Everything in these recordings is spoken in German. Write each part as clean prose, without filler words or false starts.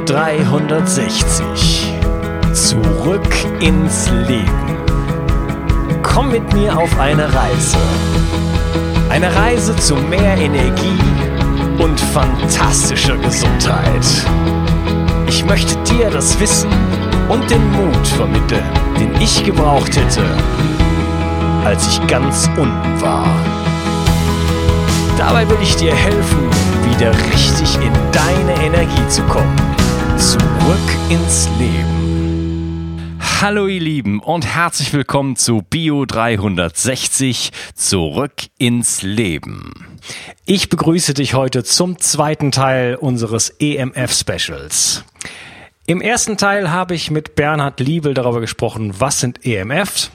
360. Zurück ins Leben. Komm mit mir auf eine Reise. Eine Reise zu mehr Energie und fantastischer Gesundheit. Ich möchte dir das Wissen und den Mut vermitteln, den ich gebraucht hätte, als ich ganz unten war. Dabei will ich dir helfen, wieder richtig in deine Energie zu kommen. Zurück ins Leben. Hallo ihr Lieben und herzlich willkommen zu Bio 360, Zurück ins Leben. Ich begrüße dich heute zum zweiten Teil unseres EMF-Specials. Im ersten Teil habe ich mit Bernhard Liebel darüber gesprochen, was sind EMFs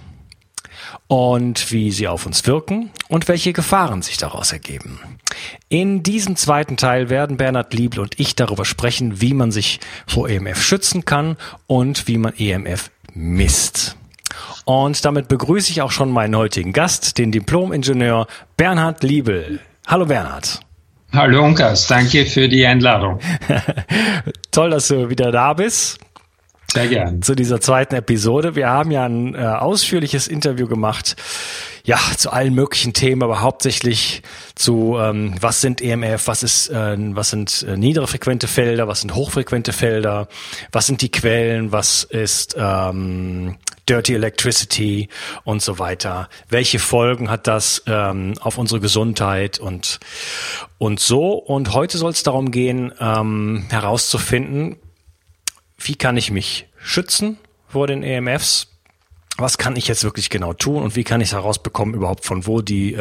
und wie sie auf uns wirken und welche Gefahren sich daraus ergeben. In diesem zweiten Teil werden Bernhard Liebel und ich darüber sprechen, wie man sich vor EMF schützen kann und wie man EMF misst. Und damit begrüße ich auch schon meinen heutigen Gast, den Diplom-Ingenieur Bernhard Liebel. Hallo Bernhard. Hallo Unkas, danke für die Einladung. Toll, dass du wieder da bist. Sehr gern. Zu dieser zweiten Episode. Wir haben ja ein ausführliches Interview gemacht, ja, zu allen möglichen Themen, aber hauptsächlich zu, was sind EMF, was sind niedere frequente Felder, was sind hochfrequente Felder, was sind die Quellen, was ist Dirty Electricity und so weiter. Welche Folgen hat das auf unsere Gesundheit und so. Und heute soll es darum gehen, herauszufinden, wie kann ich mich schützen vor den EMFs? Was kann ich jetzt wirklich genau tun und wie kann ich herausbekommen überhaupt von wo die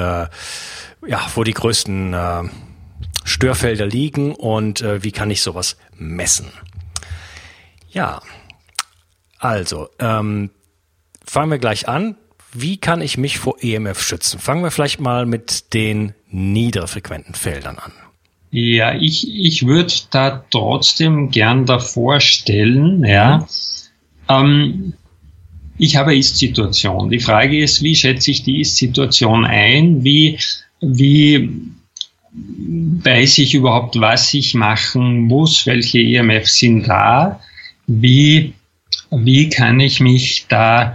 größten Störfelder liegen und wie kann ich sowas messen? Ja, also fangen wir gleich an. Wie kann ich mich vor EMF schützen? Fangen wir vielleicht mal mit den niederfrequenten Feldern an. Ja, ich würde da trotzdem gern davor stellen, ja. Ich habe eine Ist-Situation. Die Frage ist, wie schätze ich die Ist-Situation ein? Wie weiß ich überhaupt, was ich machen muss? Welche EMFs sind da? Wie kann ich mich da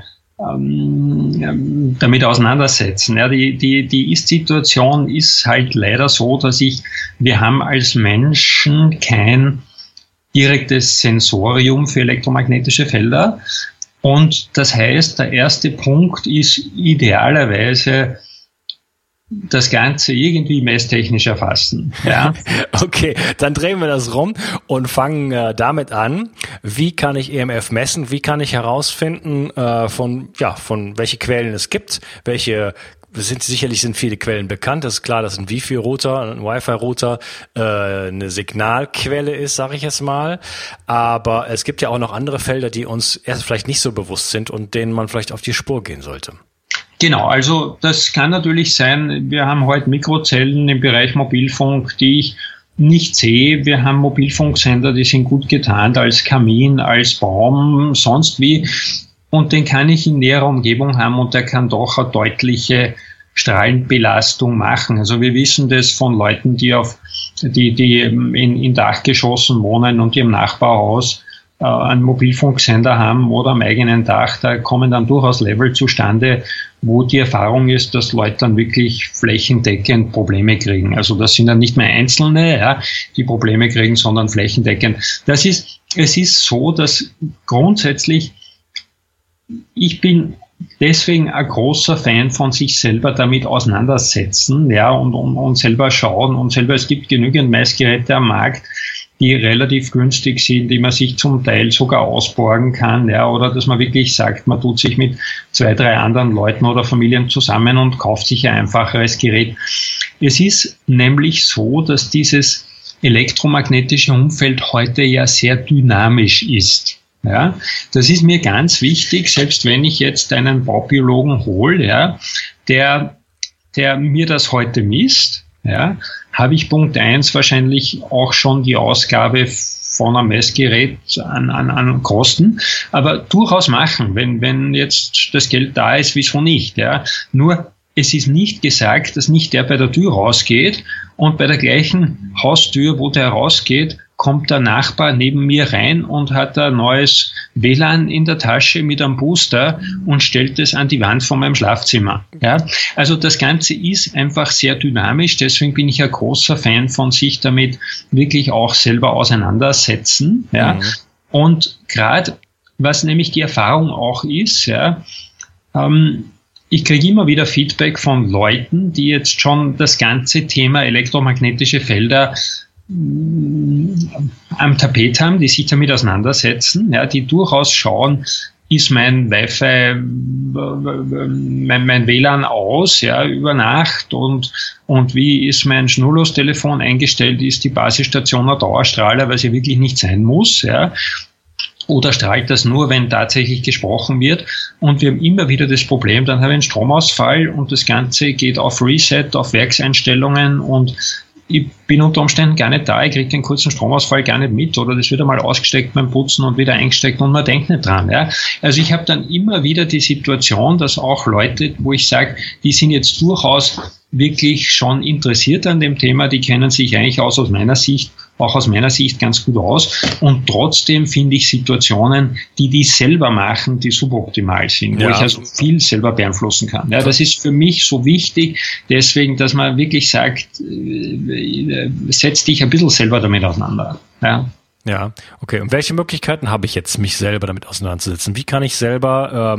damit auseinandersetzen? Ja, die Ist-Situation ist halt leider so, dass wir haben als Menschen kein direktes Sensorium für elektromagnetische Felder. Und das heißt, der erste Punkt ist idealerweise das Ganze irgendwie messtechnisch erfassen. Ja? Okay, dann drehen wir das rum und fangen damit an. Wie kann ich EMF messen? Wie kann ich herausfinden, von welche Quellen es gibt? Sicherlich sind viele Quellen bekannt. Das ist klar, dass ein Wi-Fi-Router, ein Wi-Fi-Router eine Signalquelle ist, sage ich jetzt mal. Aber es gibt ja auch noch andere Felder, die uns erst vielleicht nicht so bewusst sind und denen man vielleicht auf die Spur gehen sollte. Genau, also das kann natürlich sein, wir haben heute Mikrozellen im Bereich Mobilfunk, die ich nicht sehe. Wir haben Mobilfunksender, die sind gut getarnt als Kamin, als Baum, sonst wie. Und den kann ich in näherer Umgebung haben und der kann doch eine deutliche Strahlenbelastung machen. Also wir wissen das von Leuten, die in Dachgeschossen wohnen und die im Nachbarhaus einen Mobilfunksender haben oder am eigenen Dach, da kommen dann durchaus Level zustande, wo die Erfahrung ist, dass Leute dann wirklich flächendeckend Probleme kriegen. Also das sind dann nicht mehr Einzelne, ja, die Probleme kriegen, sondern flächendeckend. Es ist so, dass grundsätzlich ich bin deswegen ein großer Fan von sich selber damit auseinandersetzen, ja, und selber schauen und selber, es gibt genügend Messgeräte am Markt, die relativ günstig sind, die man sich zum Teil sogar ausborgen kann, ja, oder dass man wirklich sagt, man tut sich mit 2, 3 anderen Leuten oder Familien zusammen und kauft sich ein einfacheres Gerät. Es ist nämlich so, dass dieses elektromagnetische Umfeld heute ja sehr dynamisch ist. Ja, das ist mir ganz wichtig, selbst wenn ich jetzt einen Baubiologen hole, ja, der mir das heute misst, ja, habe ich Punkt 1 wahrscheinlich auch schon die Ausgabe von einem Messgerät an Kosten, aber durchaus machen, wenn jetzt das Geld da ist, wieso nicht, ja. Nur es ist nicht gesagt, dass nicht der bei der Tür rausgeht und bei der gleichen Haustür, wo der rausgeht, kommt der Nachbar neben mir rein und hat ein neues WLAN in der Tasche mit einem Booster und stellt es an die Wand von meinem Schlafzimmer. Ja? Also das Ganze ist einfach sehr dynamisch, deswegen bin ich ein großer Fan von sich damit wirklich auch selber auseinandersetzen. Ja? Und gerade, was nämlich die Erfahrung auch ist, ja, ich kriege immer wieder Feedback von Leuten, die jetzt schon das ganze Thema elektromagnetische Felder am Tapet haben, die sich damit auseinandersetzen, ja, die durchaus schauen, ist mein Wi-Fi, mein WLAN aus, ja, über Nacht und wie ist mein Schnurlostelefon eingestellt, ist die Basisstation ein Dauerstrahler, weil sie wirklich nicht sein muss, ja. Oder strahlt das nur, wenn tatsächlich gesprochen wird? Und wir haben immer wieder das Problem, dann habe ich einen Stromausfall und das Ganze geht auf Reset, auf Werkseinstellungen und ich bin unter Umständen gar nicht da, ich kriege den kurzen Stromausfall gar nicht mit oder das wird einmal ausgesteckt beim Putzen und wieder eingesteckt und man denkt nicht dran. Ja. Also ich habe dann immer wieder die Situation, dass auch Leute, wo ich sage, die sind jetzt durchaus wirklich schon interessiert an dem Thema, die kennen sich eigentlich auch aus meiner Sicht ganz gut aus und trotzdem finde ich Situationen, die selber machen, die suboptimal sind, wo ich also viel selber beeinflussen kann. Ja, das ist für mich so wichtig, deswegen, dass man wirklich sagt, setz dich ein bisschen selber damit auseinander. Ja. Ja, okay. Und welche Möglichkeiten habe ich jetzt, mich selber damit auseinanderzusetzen? Wie kann ich selber,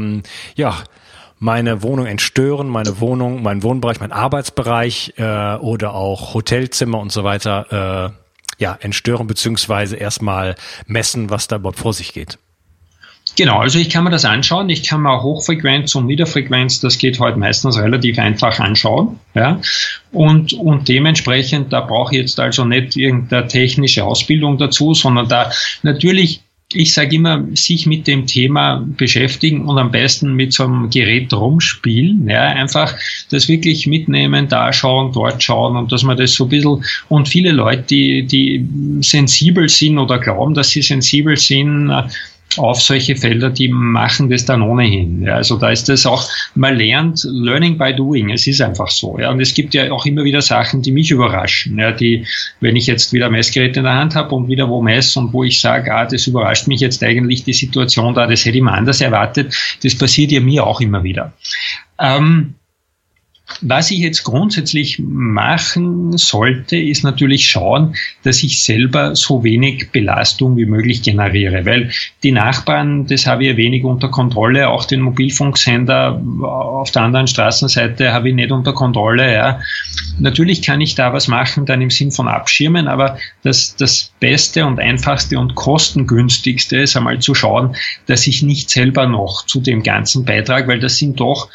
meine Wohnung entstören, meine Wohnung, meinen Wohnbereich, meinen Arbeitsbereich oder auch Hotelzimmer und so weiter entstören beziehungsweise erstmal messen, was da überhaupt vor sich geht? Genau, also ich kann mir das anschauen. Ich kann mir auch Hochfrequenz und Niederfrequenz, das geht heute meistens relativ einfach anschauen. Ja. Und dementsprechend, da brauche ich jetzt also nicht irgendeine technische Ausbildung dazu, sondern da natürlich, ich sage immer, sich mit dem Thema beschäftigen und am besten mit so einem Gerät rumspielen. Ja, einfach das wirklich mitnehmen, da schauen, dort schauen und dass man das so ein bisschen, und viele Leute, die sensibel sind oder glauben, dass sie sensibel sind auf solche Felder, die machen das dann ohnehin. Ja, also da ist das auch, man lernt learning by doing, es ist einfach so. Ja, und es gibt ja auch immer wieder Sachen, die mich überraschen. Ja, die, wenn ich jetzt wieder Messgerät in der Hand habe und wieder wo messe und wo ich sage, das überrascht mich jetzt eigentlich die Situation da, das hätte ich mir anders erwartet, das passiert ja mir auch immer wieder. Was ich jetzt grundsätzlich machen sollte, ist natürlich schauen, dass ich selber so wenig Belastung wie möglich generiere, weil die Nachbarn, das habe ich ja wenig unter Kontrolle, auch den Mobilfunksender auf der anderen Straßenseite habe ich nicht unter Kontrolle. Ja. Natürlich kann ich da was machen, dann im Sinn von abschirmen, aber das Beste und Einfachste und Kostengünstigste ist einmal zu schauen, dass ich nicht selber noch zu dem Ganzen beitrage, weil das sind doch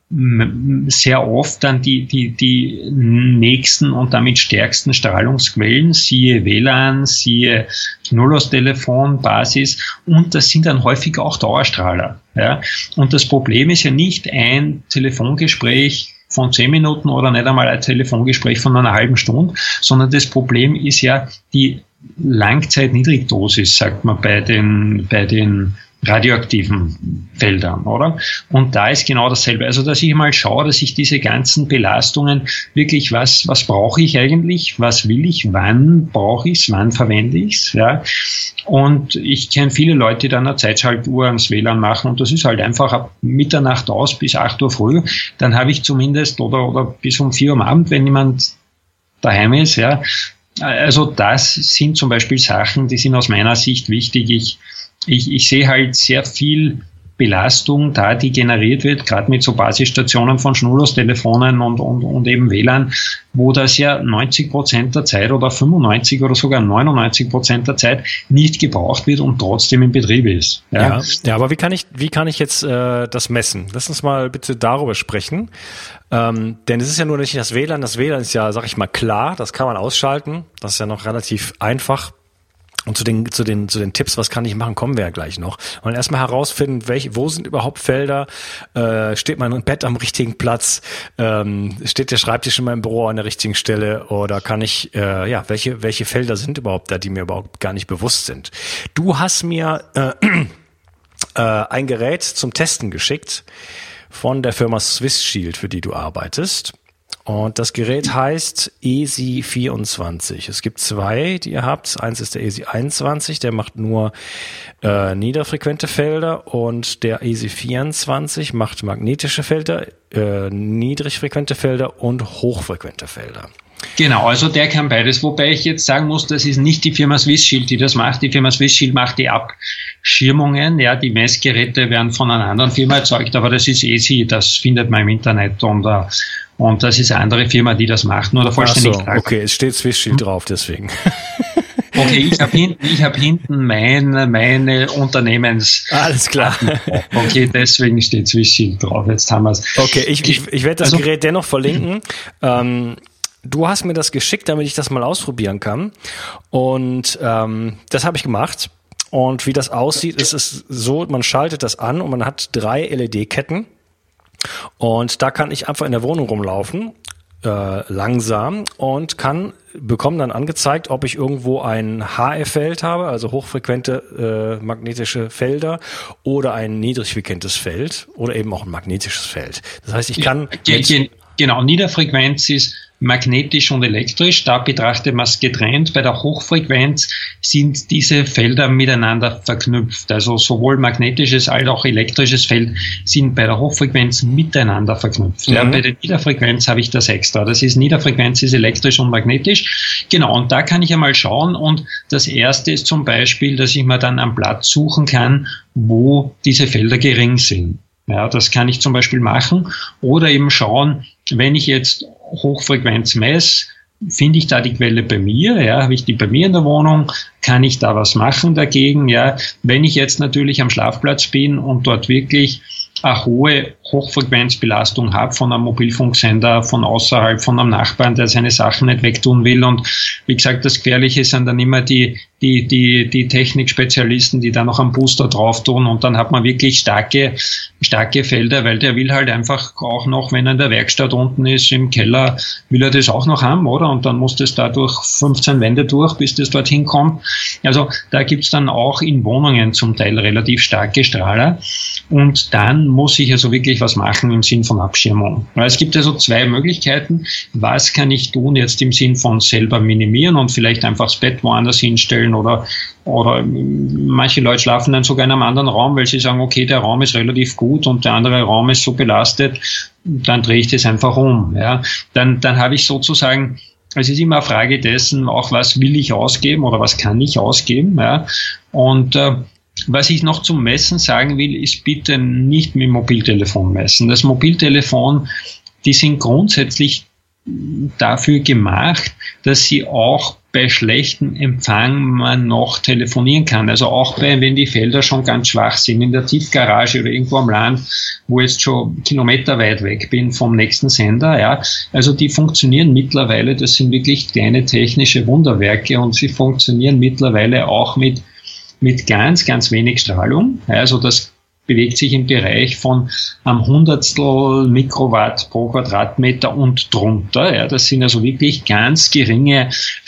sehr oft dann die nächsten und damit stärksten Strahlungsquellen, siehe WLAN, siehe Schnurlostelefon, Basis, und das sind dann häufig auch Dauerstrahler. Ja. Und das Problem ist ja nicht ein Telefongespräch von 10 Minuten oder nicht einmal ein Telefongespräch von einer halben Stunde, sondern das Problem ist ja die Langzeit-Niedrigdosis, sagt man bei den radioaktiven Feldern, oder? Und da ist genau dasselbe. Also, dass ich mal schaue, dass ich diese ganzen Belastungen wirklich, was brauche ich eigentlich? Was will ich? Wann brauche ich es? Wann verwende ich es? Ja. Und ich kenne viele Leute, die dann eine Zeitschaltuhr ans WLAN machen und das ist halt einfach ab Mitternacht aus bis 8 Uhr früh. Dann habe ich zumindest oder bis um 4 Uhr am Abend, wenn jemand daheim ist, ja. Also, das sind zum Beispiel Sachen, die sind aus meiner Sicht wichtig. Ich sehe halt sehr viel Belastung da, die generiert wird, gerade mit so Basisstationen von Schnurlostelefonen und eben WLAN, wo das ja 90% der Zeit oder 95 oder sogar 99% der Zeit nicht gebraucht wird und trotzdem in Betrieb ist. Ja, aber wie kann ich jetzt das messen? Lass uns mal bitte darüber sprechen. Denn es ist ja nur nicht das WLAN. Das WLAN ist ja, sag ich mal, klar, das kann man ausschalten. Das ist ja noch relativ einfach. Und zu den Tipps, was kann ich machen, kommen wir ja gleich noch. Und erstmal herausfinden, wo sind überhaupt Felder, steht mein Bett am richtigen Platz, steht der Schreibtisch in meinem Büro an der richtigen Stelle oder kann ich, welche Felder sind überhaupt da, die mir überhaupt gar nicht bewusst sind. Du hast mir ein Gerät zum Testen geschickt von der Firma Swiss Shield, für die du arbeitest. Und das Gerät heißt ESI24. Es gibt zwei, die ihr habt. Eins ist der ESI21, der macht nur niederfrequente Felder, und der ESI24 macht magnetische Felder, niedrigfrequente Felder und hochfrequente Felder. Genau, also der kann beides, wobei ich jetzt sagen muss, das ist nicht die Firma Swisshield, die das macht. Die Firma Swisshield macht die Abschirmungen, ja, die Messgeräte werden von einer anderen Firma erzeugt, aber das ist ESI, das findet man im Internet, und das ist eine andere Firma, die das macht, nur der Vollständigkeit. Okay, es steht Swisshield drauf, deswegen. Okay, ich hab hinten meine Unternehmens... Alles klar. Okay, deswegen steht Swisshield drauf, jetzt haben wir es. Okay, ich werde das Gerät dennoch verlinken. Du hast mir das geschickt, damit ich das mal ausprobieren kann. Und das habe ich gemacht. Und wie das aussieht, ist es so, man schaltet das an und man hat 3 LED-Ketten. Und da kann ich einfach in der Wohnung rumlaufen, langsam, und bekomme dann angezeigt, ob ich irgendwo ein HF-Feld habe, also hochfrequente magnetische Felder, oder ein niedrigfrequentes Feld oder eben auch ein magnetisches Feld. Das heißt, ich kann... Genau, Niederfrequenz ist magnetisch und elektrisch, da betrachtet man es getrennt. Bei der Hochfrequenz sind diese Felder miteinander verknüpft. Also sowohl magnetisches als auch elektrisches Feld sind bei der Hochfrequenz miteinander verknüpft. Ja, bei der Niederfrequenz habe ich das extra. Das ist Niederfrequenz ist elektrisch und magnetisch. Genau, und da kann ich einmal schauen, und das erste ist zum Beispiel, dass ich mir dann am Platz suchen kann, wo diese Felder gering sind. Ja, das kann ich zum Beispiel machen, oder eben schauen, wenn ich jetzt Hochfrequenz messe, finde ich da die Quelle bei mir, ja, habe ich die bei mir in der Wohnung, kann ich da was machen dagegen, ja. Wenn ich jetzt natürlich am Schlafplatz bin und dort wirklich eine hohe Hochfrequenzbelastung habe von einem Mobilfunksender, von außerhalb, von einem Nachbarn, der seine Sachen nicht wegtun will, und wie gesagt, das Gefährliche sind dann immer die Technikspezialisten, die da noch einen Booster drauf tun, und dann hat man wirklich starke Felder, weil der will halt einfach auch noch, wenn er in der Werkstatt unten ist, im Keller, will er das auch noch haben, oder? Und dann muss das da durch 15 Wände durch, bis das dorthin kommt. Also da gibt's dann auch in Wohnungen zum Teil relativ starke Strahler, und dann muss ich also wirklich was machen im Sinn von Abschirmung. Weil es gibt also 2 Möglichkeiten. Was kann ich tun jetzt im Sinn von selber minimieren und vielleicht einfach das Bett woanders hinstellen, oder manche Leute schlafen dann sogar in einem anderen Raum, weil sie sagen, okay, der Raum ist relativ gut und der andere Raum ist so belastet, dann drehe ich das einfach um. Ja. Dann habe ich sozusagen, es ist immer eine Frage dessen, auch was will ich ausgeben oder was kann ich ausgeben. Ja. Und was ich noch zum Messen sagen will, ist bitte nicht mit dem Mobiltelefon messen. Das Mobiltelefon, die sind grundsätzlich dafür gemacht, dass sie auch bei schlechtem Empfang man noch telefonieren kann. Also auch wenn die Felder schon ganz schwach sind, in der Tiefgarage oder irgendwo am Land, wo ich jetzt schon kilometerweit weg bin vom nächsten Sender, ja. Also die funktionieren mittlerweile, das sind wirklich kleine technische Wunderwerke, und sie funktionieren mittlerweile auch mit ganz, ganz wenig Strahlung. Also das bewegt sich im Bereich von einem Hundertstel Mikrowatt pro Quadratmeter und drunter. Ja, das sind also wirklich ganz geringe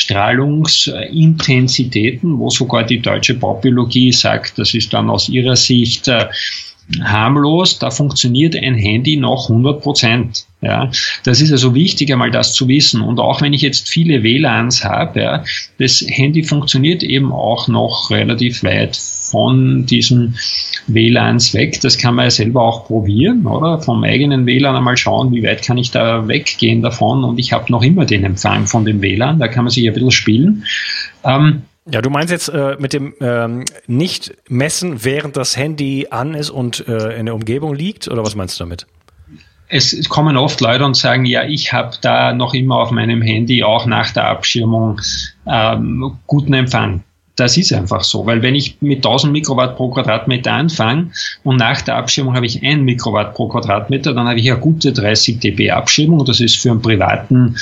Strahlungsintensitäten, wo sogar die deutsche Baubiologie sagt, das ist dann aus ihrer Sicht harmlos, da funktioniert ein Handy noch 100%. Ja, das ist also wichtig, einmal das zu wissen. Und auch wenn ich jetzt viele WLANs habe, ja, das Handy funktioniert eben auch noch relativ weit von diesen WLANs weg. Das kann man ja selber auch probieren, oder? Vom eigenen WLAN einmal schauen, wie weit kann ich da weggehen davon, und ich habe noch immer den Empfang von dem WLAN, da kann man sich ein bisschen spielen. Ja, du meinst jetzt mit dem nicht messen, während das Handy an ist und in der Umgebung liegt, oder was meinst du damit? Es kommen oft Leute und sagen, ja, ich habe da noch immer auf meinem Handy auch nach der Abschirmung guten Empfang. Das ist einfach so, weil wenn ich mit 1000 Mikrowatt pro Quadratmeter anfange und nach der Abschirmung habe ich 1 Mikrowatt pro Quadratmeter, dann habe ich eine gute 30 dB Abschirmung, und das ist für einen privaten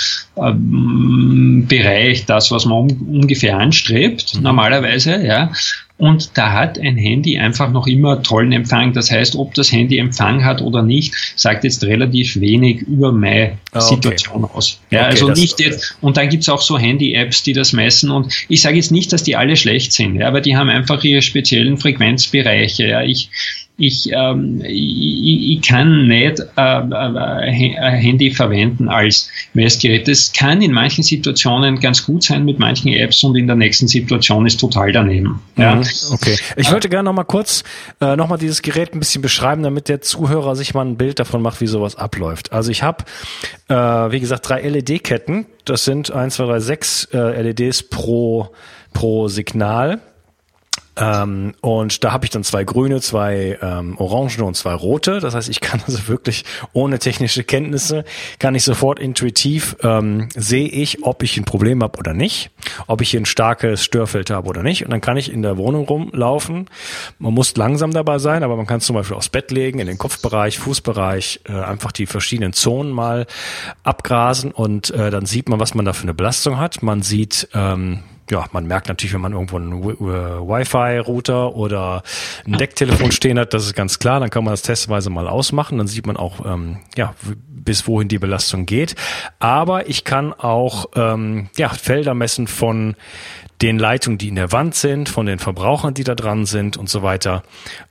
Bereich das, was man ungefähr anstrebt, normalerweise, ja. Und da hat ein Handy einfach noch immer tollen Empfang. Das heißt, ob das Handy Empfang hat oder nicht, sagt jetzt relativ wenig über meine Situation aus. Ja, okay, also nicht jetzt. Und dann gibt's auch so Handy-Apps, die das messen. Und ich sage jetzt nicht, dass die alle schlecht sind, ja, aber die haben einfach ihre speziellen Frequenzbereiche. Ja. Ich ich kann nicht ein Handy verwenden als Messgerät. Das kann in manchen Situationen ganz gut sein mit manchen Apps und in der nächsten Situation ist total daneben. Ja. Okay. Ich wollte gerne noch mal kurz noch mal dieses Gerät ein bisschen beschreiben, damit der Zuhörer sich mal ein Bild davon macht, wie sowas abläuft. Also ich habe, wie gesagt, 3 LED-Ketten. Das sind 1, 2, 3, 6 LEDs pro Signal. Und da habe ich dann 2 grüne, 2 orange und 2 rote. Das heißt, ich kann also wirklich ohne technische Kenntnisse, kann ich sofort intuitiv sehe ich, ob ich ein Problem habe oder nicht, ob ich hier ein starkes Störfeld habe oder nicht. Und dann kann ich in der Wohnung rumlaufen. Man muss langsam dabei sein, aber man kann es zum Beispiel aufs Bett legen, in den Kopfbereich, Fußbereich, einfach die verschiedenen Zonen mal abgrasen und dann sieht man, was man da für eine Belastung hat. Man sieht ja, man merkt natürlich, wenn man irgendwo einen Wi-Fi-Router oder ein Decktelefon stehen hat, das ist ganz klar, dann kann man das testweise mal ausmachen, dann sieht man auch, ja, bis wohin die Belastung geht. Aber ich kann auch Felder messen von den Leitungen, die in der Wand sind, von den Verbrauchern, die da dran sind und so weiter.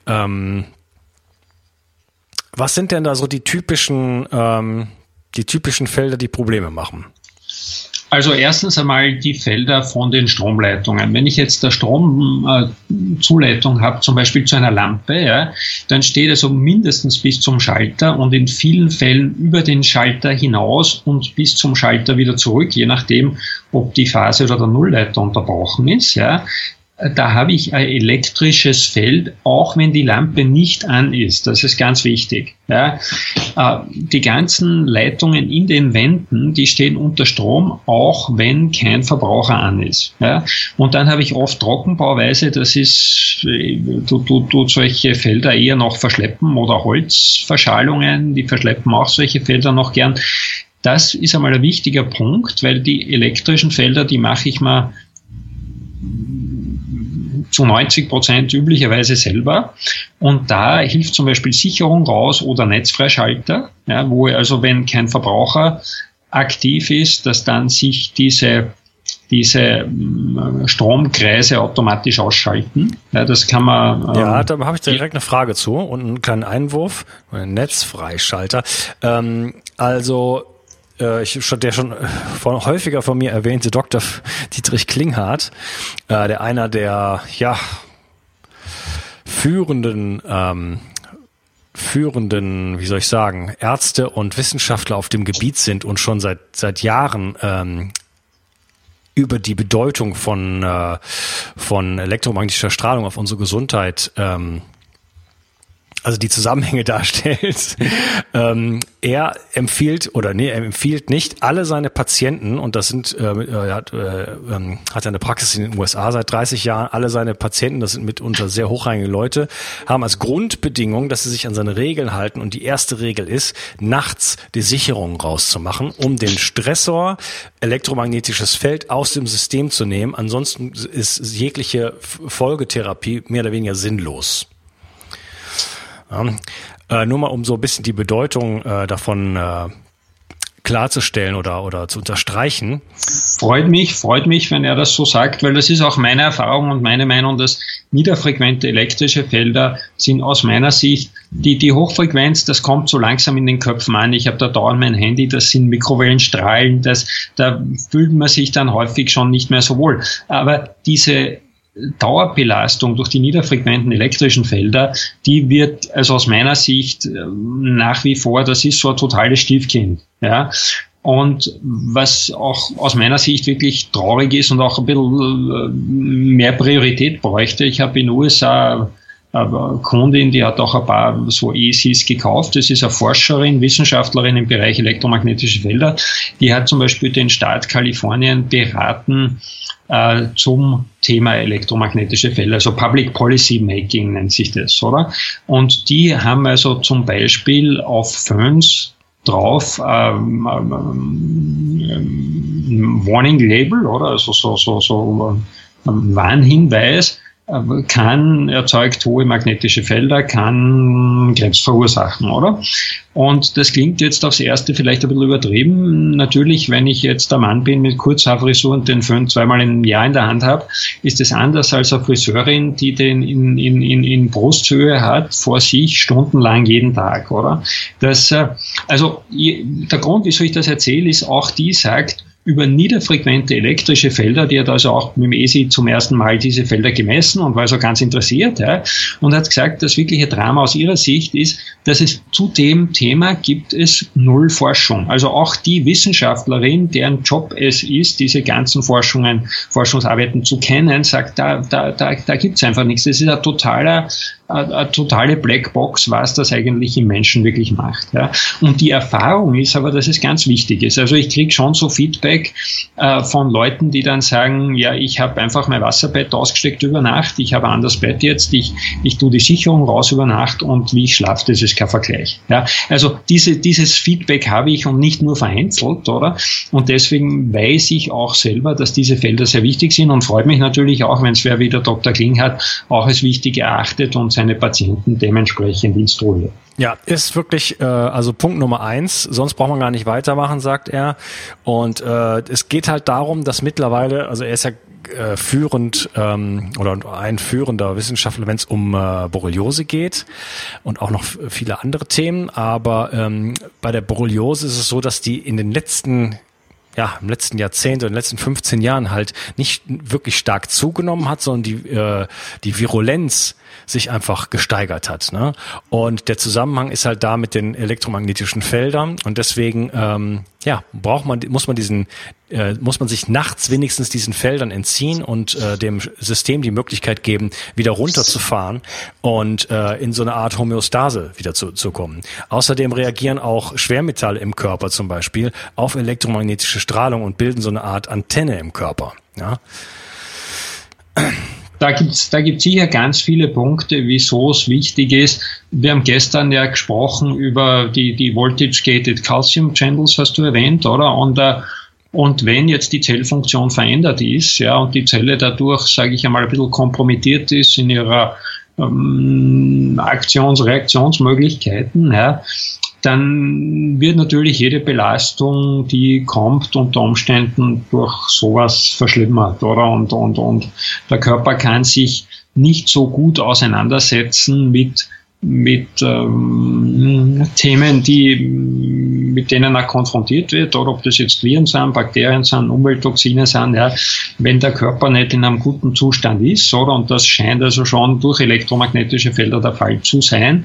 Was sind denn da so die typischen Felder, die Probleme machen? Also erstens einmal die Felder von den Stromleitungen. Wenn ich jetzt eine Stromzuleitung habe, zum Beispiel zu einer Lampe, ja, dann steht also mindestens bis zum Schalter und in vielen Fällen über den Schalter hinaus und bis zum Schalter wieder zurück, je nachdem, ob die Phase oder der Nullleiter unterbrochen ist. Ja. Da habe ich ein elektrisches Feld, auch wenn die Lampe nicht an ist. Das ist ganz wichtig. Ja. Die ganzen Leitungen in den Wänden, die stehen unter Strom, auch wenn kein Verbraucher an ist. Ja. Und dann habe ich oft Trockenbauweise, das ist, tut solche Felder eher noch verschleppen oder Holzverschalungen, die verschleppen auch solche Felder noch gern. Das ist einmal ein wichtiger Punkt, weil die elektrischen Felder, die mache ich mal zu 90% üblicherweise selber. Und da hilft zum Beispiel Sicherung raus oder Netzfreischalter, ja, wo also, wenn kein Verbraucher aktiv ist, dass dann sich diese Stromkreise automatisch ausschalten. Ja, das kann man. Ja, da habe ich direkt eine Frage zu und einen kleinen Einwurf. Netzfreischalter. Der schon häufiger von mir erwähnte Dr. Dietrich Klinghardt, einer der führenden, wie soll ich sagen, Ärzte und Wissenschaftler auf dem Gebiet sind und schon seit Jahren über die Bedeutung von elektromagnetischer Strahlung auf unsere Gesundheit also die Zusammenhänge darstellt. Er empfiehlt nicht alle seine Patienten, und das sind, hat eine Praxis in den USA seit 30 Jahren, alle seine Patienten, das sind mitunter sehr hochrangige Leute, haben als Grundbedingung, dass sie sich an seine Regeln halten, und die erste Regel ist, nachts die Sicherung rauszumachen, um den Stressor elektromagnetisches Feld aus dem System zu nehmen. Ansonsten ist jegliche Folgetherapie mehr oder weniger sinnlos. Ja, nur mal um so ein bisschen die Bedeutung davon klarzustellen oder zu unterstreichen. Freut mich, wenn er das so sagt, weil das ist auch meine Erfahrung und meine Meinung, dass niederfrequente elektrische Felder sind aus meiner Sicht, die Hochfrequenz, das kommt so langsam in den Köpfen an. Ich habe da dauernd mein Handy, das sind Mikrowellenstrahlen, da fühlt man sich dann häufig schon nicht mehr so wohl. Aber diese Dauerbelastung durch die niederfrequenten elektrischen Felder, die wird also aus meiner Sicht nach wie vor, das ist so ein totales Stiefkind. Ja. Und was auch aus meiner Sicht wirklich traurig ist und auch ein bisschen mehr Priorität bräuchte, ich habe in den USA eine Kundin, die hat auch ein paar so ECs gekauft. Das ist eine Forscherin, Wissenschaftlerin im Bereich elektromagnetische Felder. Die hat zum Beispiel den Staat Kalifornien beraten zum Thema elektromagnetische Felder, also Public Policy Making nennt sich das, oder? Und die haben also zum Beispiel auf Phones drauf Warning Label, oder? Also so ein Warnhinweis, erzeugt hohe magnetische Felder, kann Krebs verursachen, oder? Und das klingt jetzt aufs Erste vielleicht ein bisschen übertrieben. Natürlich, wenn ich jetzt der Mann bin mit Kurzhaarfrisur und den Föhn zweimal im Jahr in der Hand habe, ist es anders als eine Friseurin, die den in Brusthöhe hat, vor sich stundenlang jeden Tag, oder? Also der Grund, wieso ich das erzähle, ist auch die sagt, über niederfrequente elektrische Felder, die hat also auch mit dem ESI zum ersten Mal diese Felder gemessen und war so ganz interessiert, ja, und hat gesagt, das wirkliche Drama aus ihrer Sicht ist, dass es zu dem Thema gibt es null Forschung. Also auch die Wissenschaftlerin, deren Job es ist, diese ganzen Forschungsarbeiten zu kennen, sagt, da gibt es einfach nichts. Das ist eine totale Blackbox, was das eigentlich im Menschen wirklich macht. Ja. Und die Erfahrung ist aber, dass es ganz wichtig ist. Also ich kriege schon so Feedback von Leuten, die dann sagen, ja, ich habe einfach mein Wasserbett ausgesteckt über Nacht, ich habe ein anderes Bett jetzt, ich tue die Sicherung raus über Nacht und wie ich schlafe, das ist kein Vergleich. Ja. Also dieses Feedback habe ich und nicht nur vereinzelt, oder? Und deswegen weiß ich auch selber, dass diese Felder sehr wichtig sind und freut mich natürlich auch, wenn es wer wie der Dr. Kling hat, auch als wichtig erachtet und seine Patienten dementsprechend instruiert. Ja, ist wirklich, also Punkt Nummer 1, sonst braucht man gar nicht weitermachen, sagt er. Und es geht halt darum, dass mittlerweile, also er ist ja führend oder ein führender Wissenschaftler, wenn es um Borreliose geht und auch noch viele andere Themen. Aber bei der Borreliose ist es so, dass die im letzten Jahrzehnt oder in den letzten 15 Jahren halt nicht wirklich stark zugenommen hat, sondern die Virulenz sich einfach gesteigert hat, ne? Und der Zusammenhang ist halt da mit den elektromagnetischen Feldern und deswegen muss man sich nachts wenigstens diesen Feldern entziehen und dem System die Möglichkeit geben, wieder runterzufahren und in so eine Art Homöostase wieder zu kommen. Außerdem reagieren auch Schwermetalle im Körper zum Beispiel auf elektromagnetische Strahlung und bilden so eine Art Antenne im Körper. Ja. Da gibt's sicher ganz viele Punkte, wieso es wichtig ist. Wir haben gestern ja gesprochen über die Voltage-Gated Calcium Channels, hast du erwähnt, oder? Und wenn jetzt die Zellfunktion verändert ist, ja, und die Zelle dadurch, sage ich einmal, ein bisschen kompromittiert ist in ihrer Reaktionsmöglichkeiten, ja, dann wird natürlich jede Belastung, die kommt, unter Umständen durch sowas verschlimmert, oder? Und der Körper kann sich nicht so gut auseinandersetzen mit Themen, mit denen er konfrontiert wird, oder ob das jetzt Viren sind, Bakterien sind, Umwelttoxine sind, ja, wenn der Körper nicht in einem guten Zustand ist, oder? Und das scheint also schon durch elektromagnetische Felder der Fall zu sein.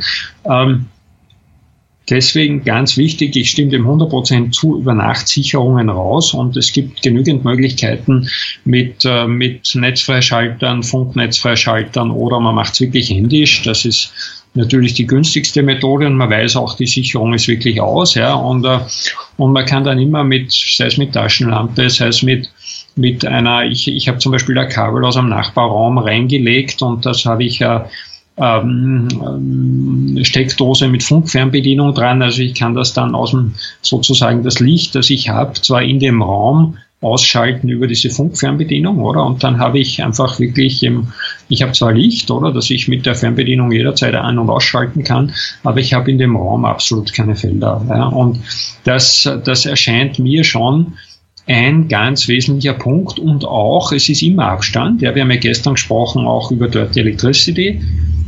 Deswegen ganz wichtig, ich stimme dem 100% zu, über Nachtsicherungen raus und es gibt genügend Möglichkeiten mit Netzfreischaltern, Funknetzfreischaltern oder man macht es wirklich händisch. Das ist natürlich die günstigste Methode und man weiß auch, die Sicherung ist wirklich aus, ja, und man kann dann immer sei es mit Taschenlampe, sei es mit einer, ich habe zum Beispiel ein Kabel aus einem Nachbarraum reingelegt und das habe ich Steckdose mit Funkfernbedienung dran, also ich kann das dann sozusagen das Licht, das ich habe, zwar in dem Raum ausschalten über diese Funkfernbedienung, oder? Und dann habe ich einfach wirklich, ich habe zwar Licht, oder, dass ich mit der Fernbedienung jederzeit an- und ausschalten kann, aber ich habe in dem Raum absolut keine Felder. Ja? Und das erscheint mir schon ein ganz wesentlicher Punkt und auch, es ist immer Abstand. Ja, wir haben ja gestern gesprochen auch über Dirty Electricity.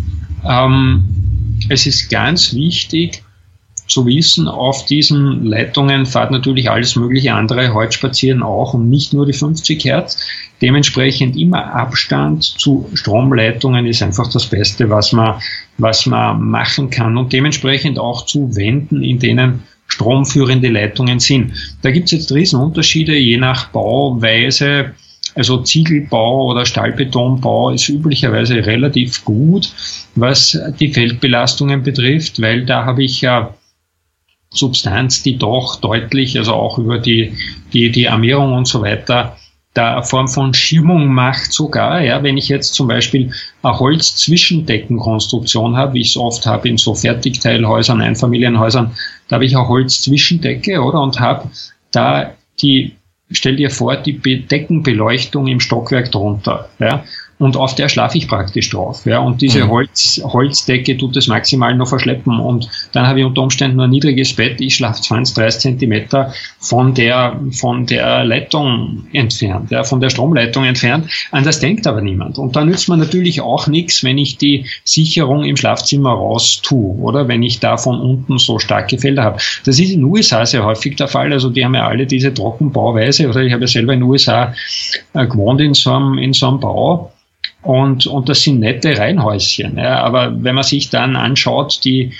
Es ist ganz wichtig zu wissen, auf diesen Leitungen fährt natürlich alles mögliche andere heute spazieren auch und nicht nur die 50 Hertz. Dementsprechend immer Abstand zu Stromleitungen ist einfach das Beste, was man machen kann und dementsprechend auch zu Wänden, in denen stromführende Leitungen sind. Da gibt es jetzt Riesenunterschiede, je nach Bauweise. Also Ziegelbau oder Stahlbetonbau ist üblicherweise relativ gut, was die Feldbelastungen betrifft, weil da habe ich ja Substanz, die doch deutlich, also auch über die Armierung und so weiter, da eine Form von Schirmung macht sogar, ja, wenn ich jetzt zum Beispiel eine Holz-Zwischendeckenkonstruktion habe, wie ich es oft habe in so Fertigteilhäusern, Einfamilienhäusern, da habe ich eine Holz-Zwischendecke, oder, und habe da stell dir vor, die Deckenbeleuchtung im Stockwerk drunter, ja. und auf der schlafe ich praktisch drauf. Ja, und diese Holzdecke tut das maximal noch verschleppen und dann habe ich unter Umständen nur ein niedriges Bett. Ich schlafe 20, 30 Zentimeter von der Leitung entfernt, ja, von der Stromleitung entfernt. An das denkt aber niemand. Und da nützt man natürlich auch nichts, wenn ich die Sicherung im Schlafzimmer raus tue oder wenn ich da von unten so starke Felder habe. Das ist in den USA sehr häufig der Fall. Also die haben ja alle diese Trockenbauweise, oder ich habe ja selber in den USA gewohnt in so einem Bau. Und das sind nette Reihenhäuschen. Ja, aber wenn man sich dann anschaut, die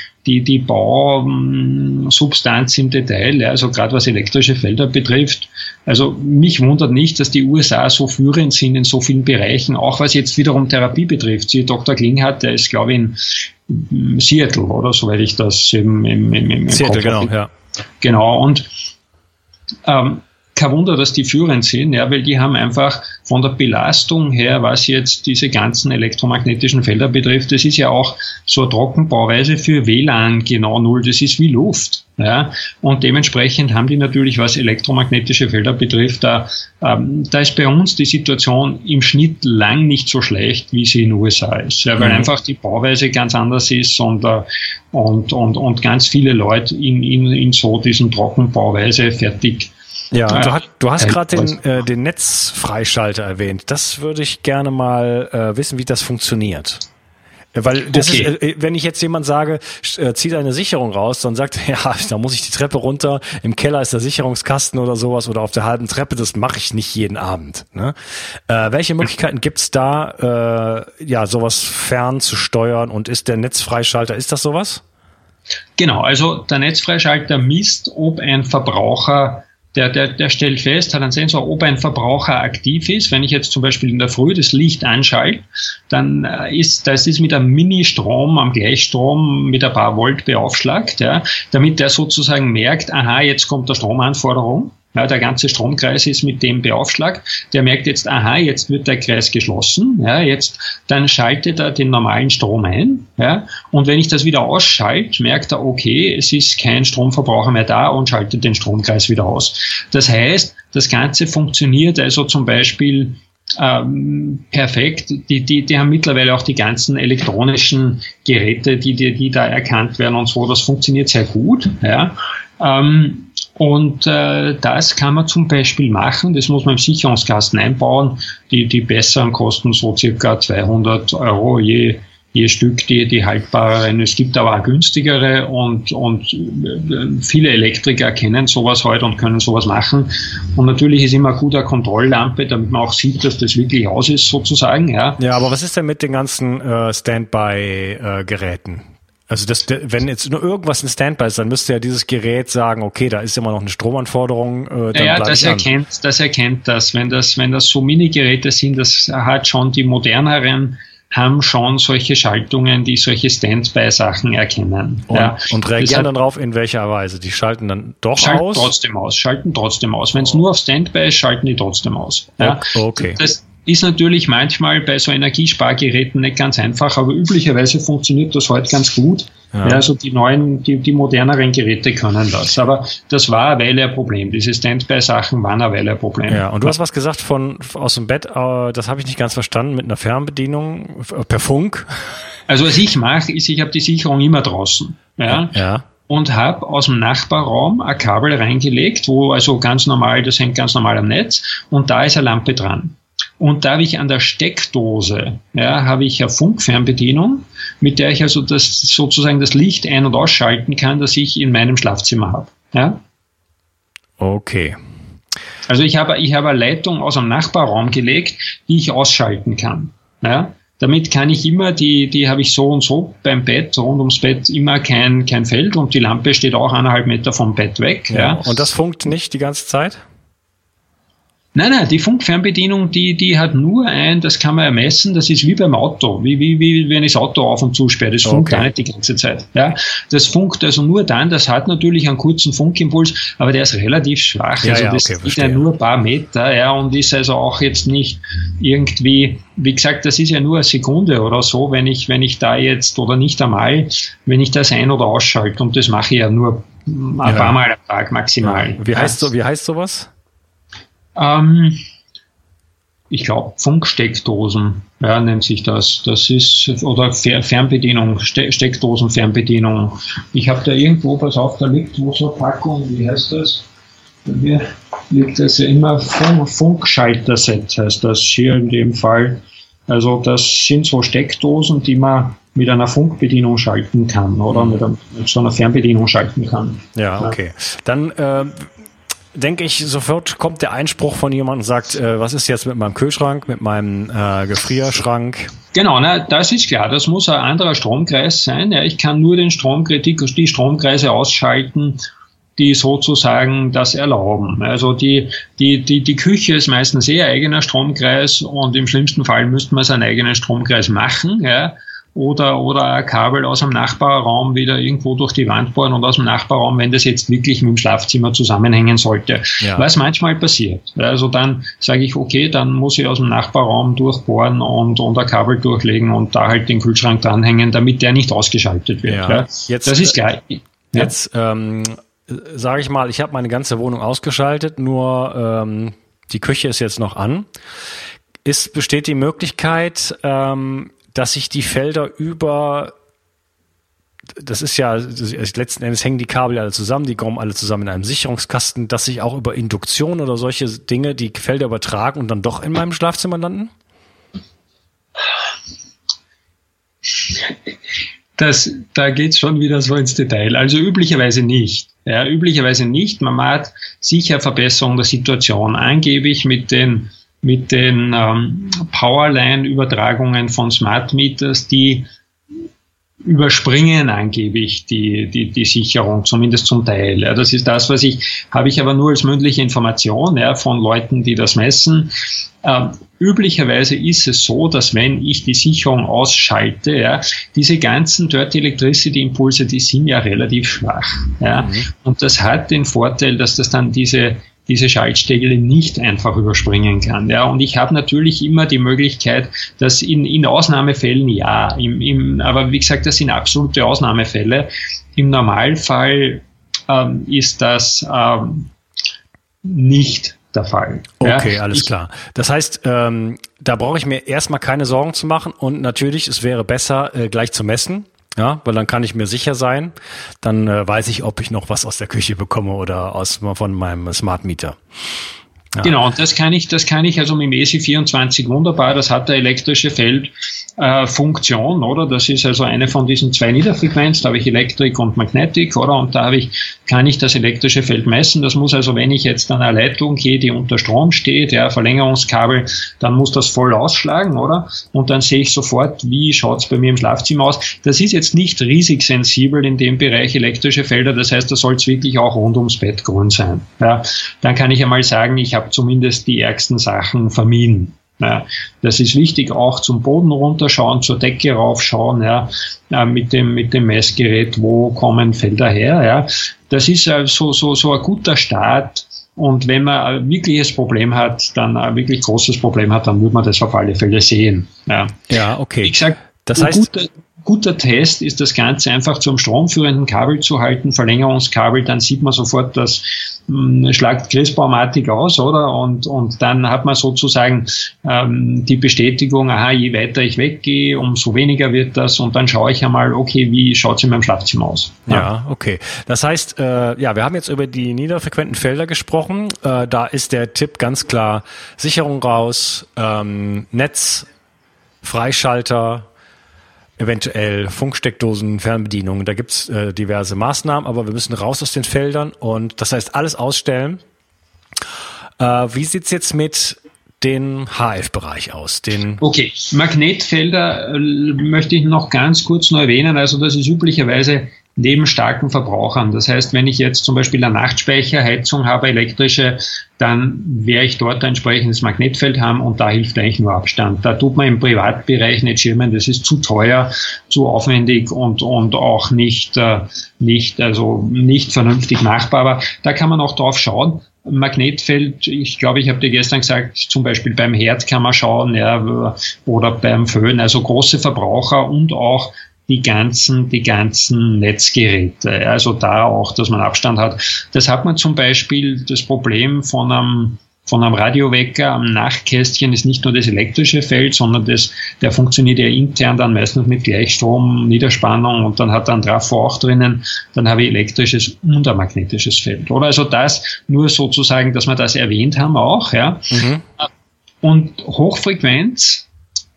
Bausubstanz im Detail, ja, also gerade was elektrische Felder betrifft, also mich wundert nicht, dass die USA so führend sind in so vielen Bereichen, auch was jetzt wiederum Therapie betrifft. Sie Dr. Klinghardt, der ist, glaube ich, in Seattle, oder soweit ich das im Seattle, Kopf genau, ja. Genau, und kein Wunder, dass die führend sind, ja, weil die haben einfach von der Belastung her, was jetzt diese ganzen elektromagnetischen Felder betrifft, das ist ja auch so eine Trockenbauweise für WLAN genau null, das ist wie Luft. Ja, und dementsprechend haben die natürlich, was elektromagnetische Felder betrifft, da ist bei uns die Situation im Schnitt lang nicht so schlecht, wie sie in den USA ist, ja, weil einfach die Bauweise ganz anders ist und ganz viele Leute in so diesen Trockenbauweise fertig. Ja, du hast gerade den Netzfreischalter erwähnt. Das würde ich gerne mal wissen, wie das funktioniert. Weil das ist, wenn ich jetzt jemand sage, zieh deine Sicherung raus, dann sagt er, ja, da muss ich die Treppe runter, im Keller ist der Sicherungskasten oder sowas oder auf der halben Treppe, das mache ich nicht jeden Abend. Ne? Welche Möglichkeiten gibt's da, sowas fern zu steuern und ist der Netzfreischalter, ist das sowas? Genau, also der Netzfreischalter misst, ob ein Verbraucher der stellt fest, hat einen Sensor, ob ein Verbraucher aktiv ist. Wenn ich jetzt zum Beispiel in der Früh das Licht anschalte, dann ist das mit einem Mini-Strom, am Gleichstrom mit ein paar Volt beaufschlagt, ja, damit der sozusagen merkt, aha, jetzt kommt der Stromanforderung. Ja, der ganze Stromkreis ist mit dem beaufschlagt. Der merkt jetzt, aha, jetzt wird der Kreis geschlossen. Ja, dann schaltet er den normalen Strom ein. Ja, und wenn ich das wieder ausschalte, merkt er, okay, es ist kein Stromverbraucher mehr da und schaltet den Stromkreis wieder aus. Das heißt, das Ganze funktioniert also zum Beispiel perfekt. Die haben mittlerweile auch die ganzen elektronischen Geräte, die da erkannt werden und so. Das funktioniert sehr gut. Ja. Und das kann man zum Beispiel machen, das muss man im Sicherungskasten einbauen. Die besseren kosten so circa 200 Euro je Stück, die haltbareren. Es gibt aber auch günstigere und viele Elektriker kennen sowas heute und können sowas machen. Und natürlich ist immer eine gute Kontrolllampe, damit man auch sieht, dass das wirklich aus ist sozusagen. Ja, aber was ist denn mit den ganzen Standby-Geräten? Also wenn jetzt nur irgendwas in Standby ist, dann müsste ja dieses Gerät sagen, okay, da ist immer noch eine Stromanforderung. Das erkennt das. Wenn das so Minigeräte sind, das hat schon die moderneren, haben schon solche Schaltungen, die solche Standby-Sachen erkennen. Und reagieren dann drauf in welcher Weise? Die schalten dann doch aus? Schalten trotzdem aus. Wenn es nur auf Standby ist, schalten die trotzdem aus. Ja. Okay. Das ist natürlich manchmal bei so Energiespargeräten nicht ganz einfach, aber üblicherweise funktioniert das heute ganz gut. Ja, also die moderneren Geräte können das. Aber das war eine Weile ein Problem. Diese Standby-Sachen waren eine Weile ein Problem. Ja, und du hast was gesagt aus dem Bett, das habe ich nicht ganz verstanden, mit einer Fernbedienung per Funk. Also was ich mache, ist, ich habe die Sicherung immer draußen. Ja. Und habe aus dem Nachbarraum ein Kabel reingelegt, wo also ganz normal, das hängt ganz normal am Netz, und da ist eine Lampe dran. Und da habe ich an der Steckdose, habe ich eine Funkfernbedienung, mit der ich also sozusagen das Licht ein- und ausschalten kann, das ich in meinem Schlafzimmer habe. Ja? Okay. Also ich habe eine Leitung aus einem Nachbarraum gelegt, die ich ausschalten kann. Ja? Damit kann ich immer, die habe ich so und so beim Bett, rund ums Bett immer kein Feld, und die Lampe steht auch 1,5 Meter vom Bett weg. Ja. Und das funkt nicht die ganze Zeit? Nein, die Funkfernbedienung, die hat nur das kann man ermessen, das ist wie beim Auto, wie wenn ich das Auto auf und zusperre, das funkt auch nicht die ganze Zeit. Ja, das funkt also nur dann, das hat natürlich einen kurzen Funkimpuls, aber der ist relativ schwach, das ist ja nur ein paar Meter, und ist also auch jetzt nicht irgendwie, wie gesagt, das ist ja nur eine Sekunde oder so, wenn ich da jetzt, oder nicht einmal, wenn ich das ein- oder ausschalte, und das mache ich ja nur ein paar Mal am Tag maximal. Wie heißt sowas? ich glaube, Funksteckdosen, ja, nennt sich das. Das ist, oder Fernbedienung, Steckdosen-Fernbedienung. Ich habe da irgendwo, pass auf, da liegt wo so eine Packung, wie heißt das? Hier liegt das ja immer, Funkschalterset heißt das hier in dem Fall. Also das sind so Steckdosen, die man mit einer Funkbedienung schalten kann oder mit so einer Fernbedienung schalten kann. Ja, okay. Dann denke ich, sofort kommt der Einspruch von jemandem und sagt, was ist jetzt mit meinem Kühlschrank, mit meinem Gefrierschrank? Genau, das ist klar. Das muss ein anderer Stromkreis sein. Ja, ich kann nur die Stromkreise ausschalten, die sozusagen das erlauben. Also die Küche ist meistens eher eigener Stromkreis und im schlimmsten Fall müsste man seinen eigenen Stromkreis machen, ja. Oder ein Kabel aus dem Nachbarraum wieder irgendwo durch die Wand bohren und aus dem Nachbarraum, wenn das jetzt wirklich mit dem Schlafzimmer zusammenhängen sollte. Ja. Was manchmal passiert. Also dann sage ich, okay, dann muss ich aus dem Nachbarraum durchbohren und ein Kabel durchlegen und da halt den Kühlschrank dranhängen, damit der nicht ausgeschaltet wird. Ja. Jetzt, das ist gleich. Jetzt sage ich mal, ich habe meine ganze Wohnung ausgeschaltet, nur die Küche ist jetzt noch an. Besteht die Möglichkeit, dass sich die Felder letzten Endes hängen die Kabel alle zusammen, die kommen alle zusammen in einem Sicherungskasten, dass sich auch über Induktion oder solche Dinge die Felder übertragen und dann doch in meinem Schlafzimmer landen? Da geht's schon wieder so ins Detail. Also üblicherweise nicht. Ja, üblicherweise nicht. Man hat sicher Verbesserung der Situation. Angeblich mit den Powerline-Übertragungen von Smart Meters, die überspringen angeblich die Sicherung, zumindest zum Teil. Ja, das ist das, habe ich aber nur als mündliche Information, ja, von Leuten, die das messen. Üblicherweise ist es so, dass wenn ich die Sicherung ausschalte, ja, diese ganzen Dirty Electricity Impulse, die sind ja relativ schwach. Ja, und das hat den Vorteil, dass das dann diese Schaltstelle nicht einfach überspringen kann. Ja, und ich habe natürlich immer die Möglichkeit, dass in Ausnahmefällen ja, aber wie gesagt, das sind absolute Ausnahmefälle. Im Normalfall ist das nicht der Fall. Okay, ja, alles klar. Das heißt, da brauche ich mir erstmal keine Sorgen zu machen und natürlich, es wäre besser, gleich zu messen. Ja, weil dann kann ich mir sicher sein, dann weiß ich, ob ich noch was aus der Küche bekomme oder von meinem Smart Meter. Ja. Genau, und das kann ich also mit dem ESI24 wunderbar, das hat eine elektrische Feldfunktion, oder? Das ist also eine von diesen 2 Niederfrequenzen, da habe ich Elektrik und Magnetik, oder? Und da kann ich das elektrische Feld messen. Das muss also, wenn ich jetzt an eine Leitung gehe, die unter Strom steht, ja, Verlängerungskabel, dann muss das voll ausschlagen, oder? Und dann sehe ich sofort, wie schaut's bei mir im Schlafzimmer aus. Das ist jetzt nicht riesig sensibel in dem Bereich elektrische Felder, das heißt, da soll es wirklich auch rund ums Bett grün sein. Ja, dann kann ich einmal sagen, ich habe zumindest die ärgsten Sachen vermieden. Ja, das ist wichtig, auch zum Boden runterschauen, zur Decke raufschauen, ja, mit dem Messgerät, wo kommen Felder her, ja. Das ist so ein guter Start. Und wenn man ein wirkliches Problem hat, dann ein wirklich großes Problem hat, dann würde man das auf alle Fälle sehen. Ja, okay. Wie gesagt, das heißt, guter Test ist das Ganze einfach zum stromführenden Kabel zu halten, Verlängerungskabel, dann sieht man sofort, das schlagt Christbaumatik aus, oder? Und dann hat man sozusagen die Bestätigung, aha, je weiter ich weggehe, umso weniger wird das, und dann schaue ich einmal, okay, wie schaut's in meinem Schlafzimmer aus? Ja, okay. Das heißt, wir haben jetzt über die niederfrequenten Felder gesprochen, da ist der Tipp ganz klar, Sicherung raus, Netz, Freischalter, eventuell Funksteckdosen, Fernbedienungen, da gibt's diverse Maßnahmen, aber wir müssen raus aus den Feldern und das heißt alles ausstellen. Wie sieht's jetzt mit den HF-Bereich aus? Okay, Magnetfelder möchte ich noch ganz kurz nur erwähnen, also das ist üblicherweise neben starken Verbrauchern. Das heißt, wenn ich jetzt zum Beispiel eine Nachtspeicherheizung habe, elektrische, dann werde ich dort ein entsprechendes Magnetfeld haben und da hilft eigentlich nur Abstand. Da tut man im Privatbereich nicht schirmen, das ist zu teuer, zu aufwendig und auch nicht vernünftig machbar. Aber da kann man auch drauf schauen. Magnetfeld, ich glaube, ich habe dir gestern gesagt, zum Beispiel beim Herd kann man schauen, ja, oder beim Föhn, also große Verbraucher und auch die ganzen Netzgeräte, also da auch, dass man Abstand hat. Das hat man zum Beispiel das Problem von von einem Radiowecker am Nachtkästchen ist nicht nur das elektrische Feld, sondern der funktioniert ja intern dann meistens mit Gleichstrom, Niederspannung und dann hat er einen Trafo auch drinnen, dann habe ich elektrisches und ein magnetisches Feld. Oder also das nur sozusagen, dass wir das erwähnt haben auch, ja. Mhm. Und Hochfrequenz,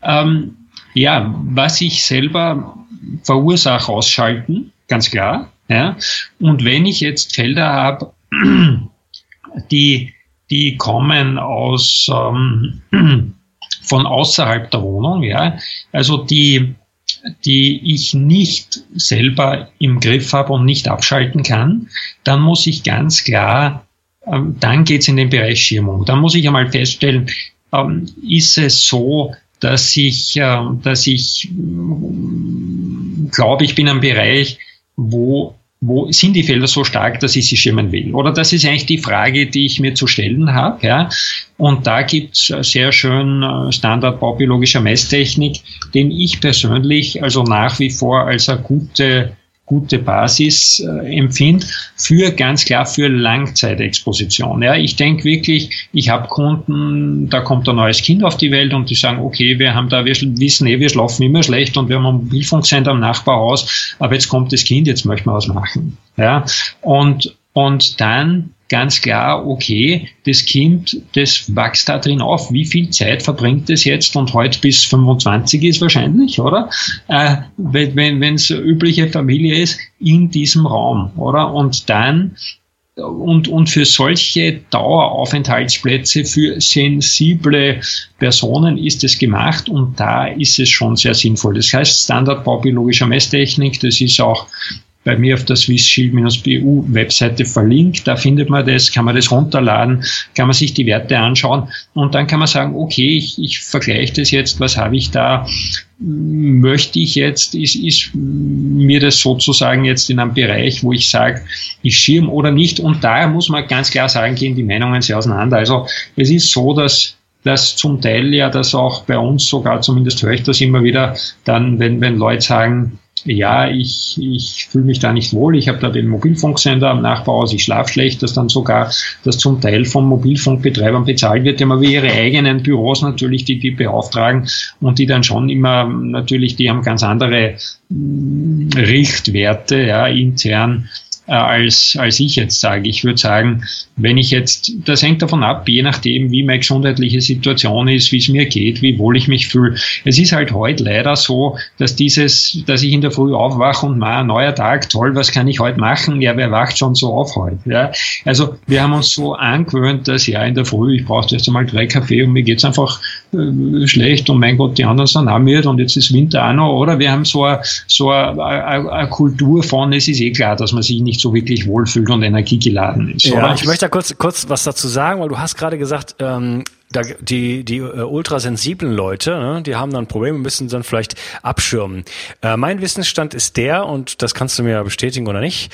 was ich selber verursache, ausschalten, ganz klar, ja. Und wenn ich jetzt Felder habe, die kommen von außerhalb der Wohnung, ja, also die ich nicht selber im Griff habe und nicht abschalten kann, dann muss ich ganz klar, dann geht's in den Bereich Schirmung. Dann muss ich einmal feststellen, ist es so, dass ich glaube, ich bin am Bereich, wo sind die Felder so stark, dass ich sie schirmen will? Oder das ist eigentlich die Frage, die ich mir zu stellen habe. Ja? Und da gibt's sehr schön Standard baubiologischer Messtechnik, den ich persönlich also nach wie vor als eine gute Basis empfinde, ganz klar für Langzeitexposition. Ja, ich denke wirklich, ich habe Kunden, da kommt ein neues Kind auf die Welt und die sagen, okay, wir wissen wir schlafen immer schlecht und wir haben einen Mobilfunksender am Nachbarhaus, aber jetzt kommt das Kind, jetzt möchten wir was machen. Ja, und dann ganz klar, okay, das Kind, das wächst da drin auf. Wie viel Zeit verbringt es jetzt? Und heute bis 25 ist wahrscheinlich, oder? Wenn es übliche Familie ist, in diesem Raum, oder? Und dann, und für solche Daueraufenthaltsplätze für sensible Personen ist es gemacht und da ist es schon sehr sinnvoll. Das heißt, Standard baubiologischer Messtechnik, das ist auch bei mir auf der SwissShield-BU-Webseite verlinkt, da findet man das, kann man das runterladen, kann man sich die Werte anschauen und dann kann man sagen, okay, ich vergleiche das jetzt, was habe ich da, möchte ich jetzt, ist mir das sozusagen jetzt in einem Bereich, wo ich sage, ich schirm oder nicht und da muss man ganz klar sagen, gehen die Meinungen sehr auseinander. Also es ist so, dass zum Teil ja das auch bei uns sogar, zumindest höre ich das immer wieder, dann, wenn Leute sagen, ja, ich fühle mich da nicht wohl, ich habe da den Mobilfunksender am Nachbarhaus, ich schlafe schlecht, dass dann sogar das zum Teil von Mobilfunkbetreibern bezahlt wird, die immer wie ihre eigenen Büros natürlich, die beauftragen und die dann schon immer natürlich, die haben ganz andere Richtwerte, ja, intern, als ich jetzt sage. Ich würde sagen, wenn ich jetzt, das hängt davon ab, je nachdem, wie meine gesundheitliche Situation ist, wie es mir geht, wie wohl ich mich fühle. Es ist halt heute leider so, dass ich in der Früh aufwache und ein neuer Tag, toll, was kann ich heute machen? Ja, wer wacht schon so auf heute? Ja, also wir haben uns so angewöhnt, dass ja in der Früh, ich brauche jetzt einmal 3 Kaffee und mir geht's einfach schlecht und mein Gott, die anderen sind auch mit und jetzt ist Winter auch noch, oder? Wir haben so eine Kultur von, es ist eh klar, dass man sich nicht so wirklich wohlfühlt und energiegeladen ist. Ja, oder? Ich möchte da kurz was dazu sagen, weil du hast gerade gesagt, die ultrasensiblen Leute, ne, die haben dann Probleme, müssen dann vielleicht abschirmen. Mein Wissensstand ist der, und das kannst du mir bestätigen oder nicht,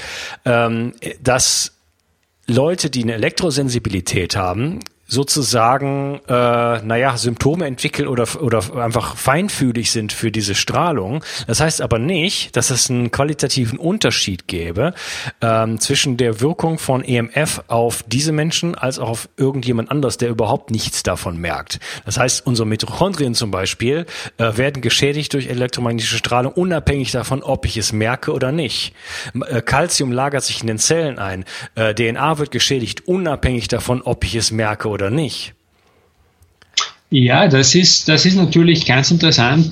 dass Leute, die eine Elektrosensibilität haben, sozusagen Symptome entwickeln oder einfach feinfühlig sind für diese Strahlung. Das heißt aber nicht, dass es einen qualitativen Unterschied gäbe zwischen der Wirkung von EMF auf diese Menschen als auch auf irgendjemand anders, der überhaupt nichts davon merkt. Das heißt, unsere Mitochondrien zum Beispiel werden geschädigt durch elektromagnetische Strahlung, unabhängig davon, ob ich es merke oder nicht. Calcium lagert sich in den Zellen ein. DNA wird geschädigt, unabhängig davon, ob ich es merke oder nicht. Ja, das ist natürlich ganz interessant.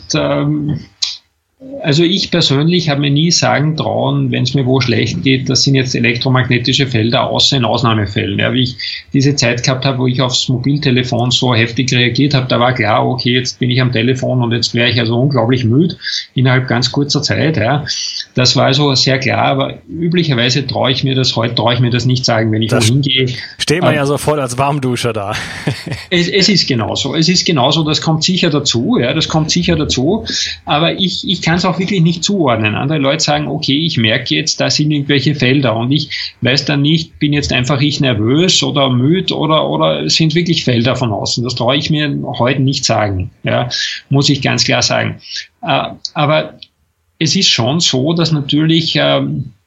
Also ich persönlich habe mir nie sagen trauen, wenn es mir wo schlecht geht, das sind jetzt elektromagnetische Felder, außer in Ausnahmefällen. Ja, wie ich diese Zeit gehabt habe, wo ich aufs Mobiltelefon so heftig reagiert habe, da war klar, okay, jetzt bin ich am Telefon und jetzt wäre ich also unglaublich müde innerhalb ganz kurzer Zeit. Ja. Das war also sehr klar, aber üblicherweise traue ich mir das nicht sagen, wenn ich wohin gehe. Steht man ja sofort als Warmduscher da. Es ist genauso, das kommt sicher dazu, ja, aber ich kann es auch wirklich nicht zuordnen. Andere Leute sagen, okay, ich merke jetzt, da sind irgendwelche Felder und ich weiß dann nicht, bin jetzt einfach ich nervös oder müde oder sind wirklich Felder von außen. Das traue ich mir heute nicht sagen, ja, muss ich ganz klar sagen. Aber es ist schon so, dass natürlich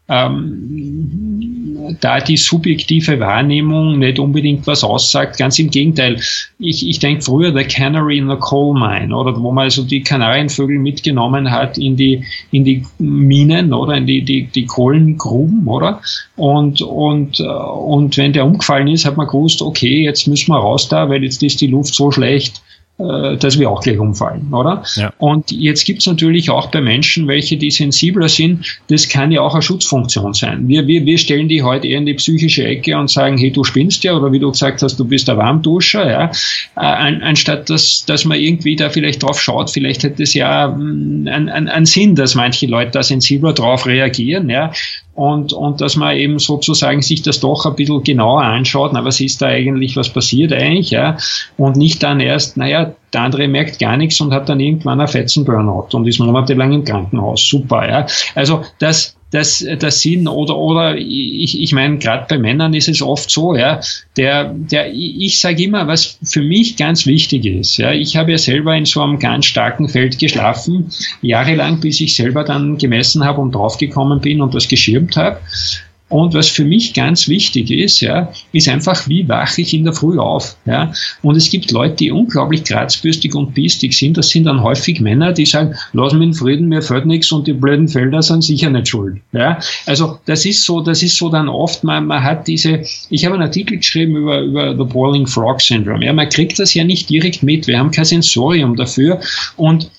da die subjektive Wahrnehmung nicht unbedingt was aussagt. Ganz im Gegenteil. Ich denke früher the Canary in the Coal Mine, oder wo man also die Kanarienvögel mitgenommen hat in die Minen, oder in die Kohlengruben, oder? Und wenn der umgefallen ist, hat man gewusst, okay, jetzt müssen wir raus da, weil jetzt ist die Luft so schlecht, dass wir auch gleich umfallen, oder? Ja. Und jetzt gibt's natürlich auch bei Menschen welche, die sensibler sind. Das kann ja auch eine Schutzfunktion sein. Wir stellen die heute eher in die psychische Ecke und sagen, hey, du spinnst ja, oder wie du gesagt hast, du bist ein Warmduscher, ja. Anstatt dass man irgendwie da vielleicht drauf schaut, vielleicht hat das ja einen Sinn, dass manche Leute da sensibler drauf reagieren, ja. Und dass man eben sozusagen sich das doch ein bisschen genauer anschaut, na, was ist da eigentlich, was passiert eigentlich, ja, und nicht dann erst, naja, der andere merkt gar nichts und hat dann irgendwann einen fetzen Burnout und ist monatelang im Krankenhaus. Super, ja. Also das sind, oder ich meine, gerade bei Männern ist es oft so, ja, ich sage immer, was für mich ganz wichtig ist, ja, ich habe ja selber in so einem ganz starken Feld geschlafen, jahrelang, bis ich selber dann gemessen habe und draufgekommen bin und das geschirmt habe. Und was für mich ganz wichtig ist, ja, ist einfach, wie wache ich in der Früh auf, ja. Und es gibt Leute, die unglaublich kratzbürstig und biestig sind. Das sind dann häufig Männer, die sagen, lass mich in Frieden, mir fällt nichts und die blöden Felder sind sicher nicht schuld, ja. Also, das ist so dann oft, man hat diese, ich habe einen Artikel geschrieben über the Boiling Frog Syndrome. Ja, man kriegt das ja nicht direkt mit. Wir haben kein Sensorium dafür und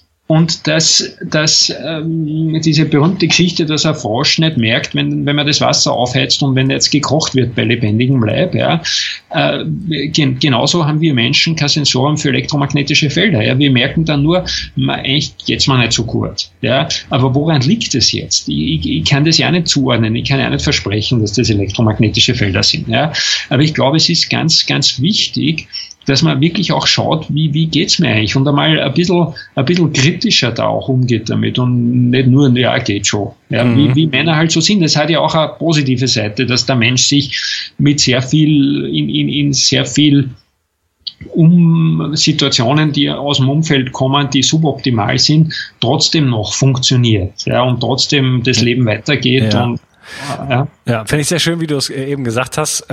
diese berühmte Geschichte, dass ein Frosch nicht merkt, wenn man das Wasser aufheizt und wenn jetzt gekocht wird bei lebendigem Leib, ja, genauso haben wir Menschen kein Sensorium für elektromagnetische Felder, ja, wir merken dann nur, eigentlich geht's mir nicht so gut, ja, aber woran liegt es jetzt? Ich kann das ja nicht zuordnen, ich kann ja nicht versprechen, dass das elektromagnetische Felder sind, ja, aber ich glaube, es ist ganz, ganz wichtig, dass man wirklich auch schaut, wie geht's mir eigentlich und einmal ein bisschen kritischer da auch umgeht damit und nicht nur, ja, geht schon. Ja, wie Männer halt so sind. Das hat ja auch eine positive Seite, dass der Mensch sich mit sehr viel, in sehr viel Situationen, die aus dem Umfeld kommen, die suboptimal sind, trotzdem noch funktioniert, ja, und trotzdem das Leben weitergeht. Ja. Und, ja, finde ich sehr schön, wie du es eben gesagt hast.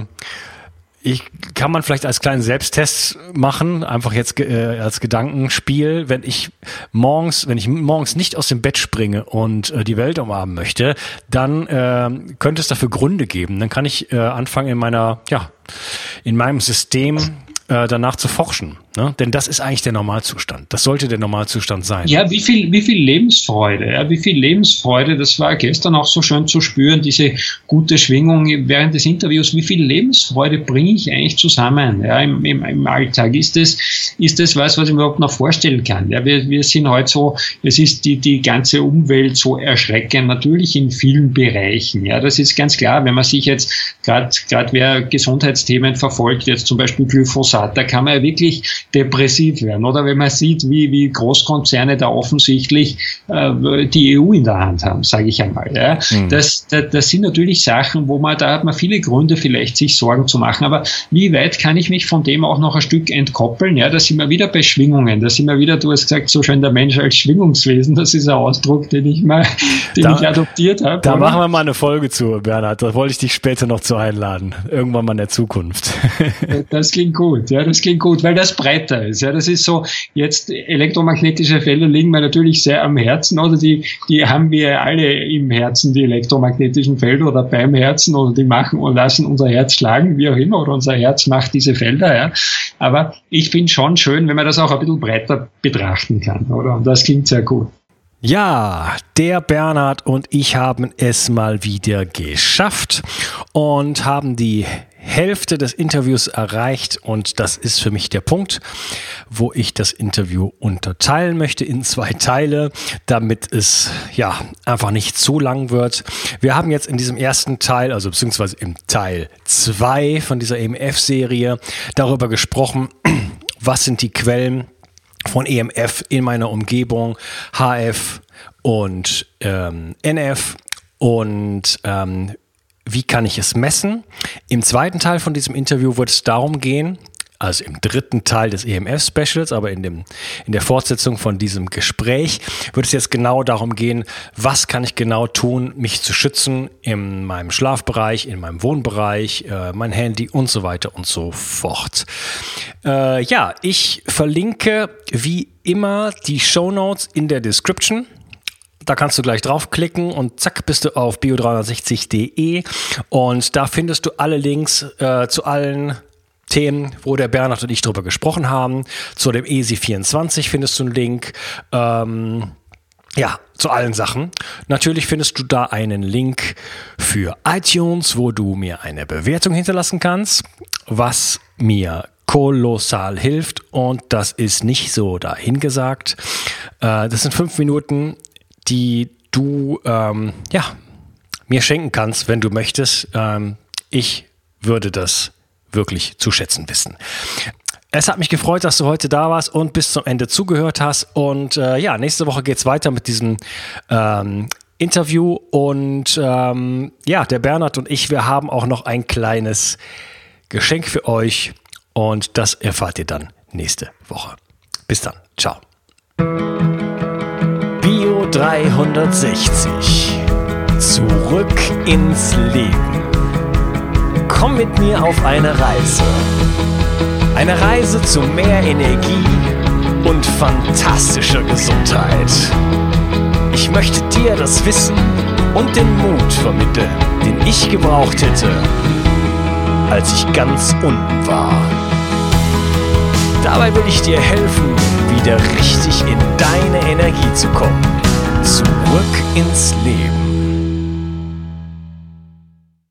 Kann man vielleicht als kleinen Selbsttest machen, einfach jetzt als Gedankenspiel, wenn ich morgens nicht aus dem Bett springe und die Welt umarmen möchte, dann könnte es dafür Gründe geben. Dann kann ich anfangen in meinem System danach zu forschen, ne? Denn das ist eigentlich der Normalzustand. Das sollte der Normalzustand sein. Ja, wie viel Lebensfreude, ja, das war gestern auch so schön zu spüren, diese gute Schwingung während des Interviews. Wie viel Lebensfreude bringe ich eigentlich zusammen, ja, im Alltag? Ist das was ich mir überhaupt noch vorstellen kann? Ja, wir sind heute so, es ist die ganze Umwelt so erschreckend, natürlich in vielen Bereichen, ja, das ist ganz klar, wenn man sich jetzt gerade wer Gesundheitsthemen verfolgt, jetzt zum Beispiel Glyphosat, da kann man ja wirklich depressiv werden. Oder wenn man sieht, wie Großkonzerne da offensichtlich die EU in der Hand haben, sage ich einmal. Ja. Das sind natürlich Sachen, da hat man viele Gründe vielleicht, sich Sorgen zu machen. Aber wie weit kann ich mich von dem auch noch ein Stück entkoppeln? Ja, da sind wir wieder bei Schwingungen. Da sind wir wieder, du hast gesagt, so schön der Mensch als Schwingungswesen. Das ist ein Ausdruck, den ich adoptiert habe. Da machen wir mal eine Folge zu, Bernhard. Da wollte ich dich später noch zu einladen. Irgendwann mal in der Zukunft. Das klingt gut. Ja, das klingt gut, weil das breiter ist. Ja, das ist so, jetzt elektromagnetische Felder liegen mir natürlich sehr am Herzen, oder die haben wir alle im Herzen, die elektromagnetischen Felder, oder beim Herzen, oder die machen und lassen unser Herz schlagen, wie auch immer, oder unser Herz macht diese Felder, ja. Aber ich finde schon schön, wenn man das auch ein bisschen breiter betrachten kann, oder? Und das klingt sehr gut. Ja, der Bernhard und ich haben es mal wieder geschafft und haben die Hälfte des Interviews erreicht, und das ist für mich der Punkt, wo ich das Interview unterteilen möchte in 2 Teile, damit es ja einfach nicht zu lang wird. Wir haben jetzt in diesem ersten Teil, also beziehungsweise im Teil 2 von dieser EMF-Serie darüber gesprochen, was sind die Quellen von EMF in meiner Umgebung, HF und NF, und wie kann ich es messen? Im zweiten Teil von diesem Interview wird es darum gehen, also im dritten Teil des EMF-Specials, aber in der Fortsetzung von diesem Gespräch, wird es jetzt genau darum gehen, was kann ich genau tun, mich zu schützen in meinem Schlafbereich, in meinem Wohnbereich, mein Handy und so weiter und so fort. Ich verlinke wie immer die Shownotes in der Description. Da kannst du gleich draufklicken und zack, bist du auf bio360.de und da findest du alle Links zu allen Themen, wo der Bernhard und ich drüber gesprochen haben. Zu dem ESI24 findest du einen Link. Zu allen Sachen. Natürlich findest du da einen Link für iTunes, wo du mir eine Bewertung hinterlassen kannst, was mir kolossal hilft und das ist nicht so dahingesagt. Das sind 5 Minuten, die du mir schenken kannst, wenn du möchtest. Ich würde das wirklich zu schätzen wissen. Es hat mich gefreut, dass du heute da warst und bis zum Ende zugehört hast. Und nächste Woche geht es weiter mit diesem Interview. Und der Bernhard und ich, wir haben auch noch ein kleines Geschenk für euch. Und das erfahrt ihr dann nächste Woche. Bis dann. Ciao. Bio 360. Zurück ins Leben. Komm mit mir auf eine Reise. Eine Reise zu mehr Energie und fantastischer Gesundheit. Ich möchte dir das Wissen und den Mut vermitteln, den ich gebraucht hätte, als ich ganz unten war. Dabei will ich dir helfen, wieder richtig in deine Energie zu kommen. Zurück ins Leben.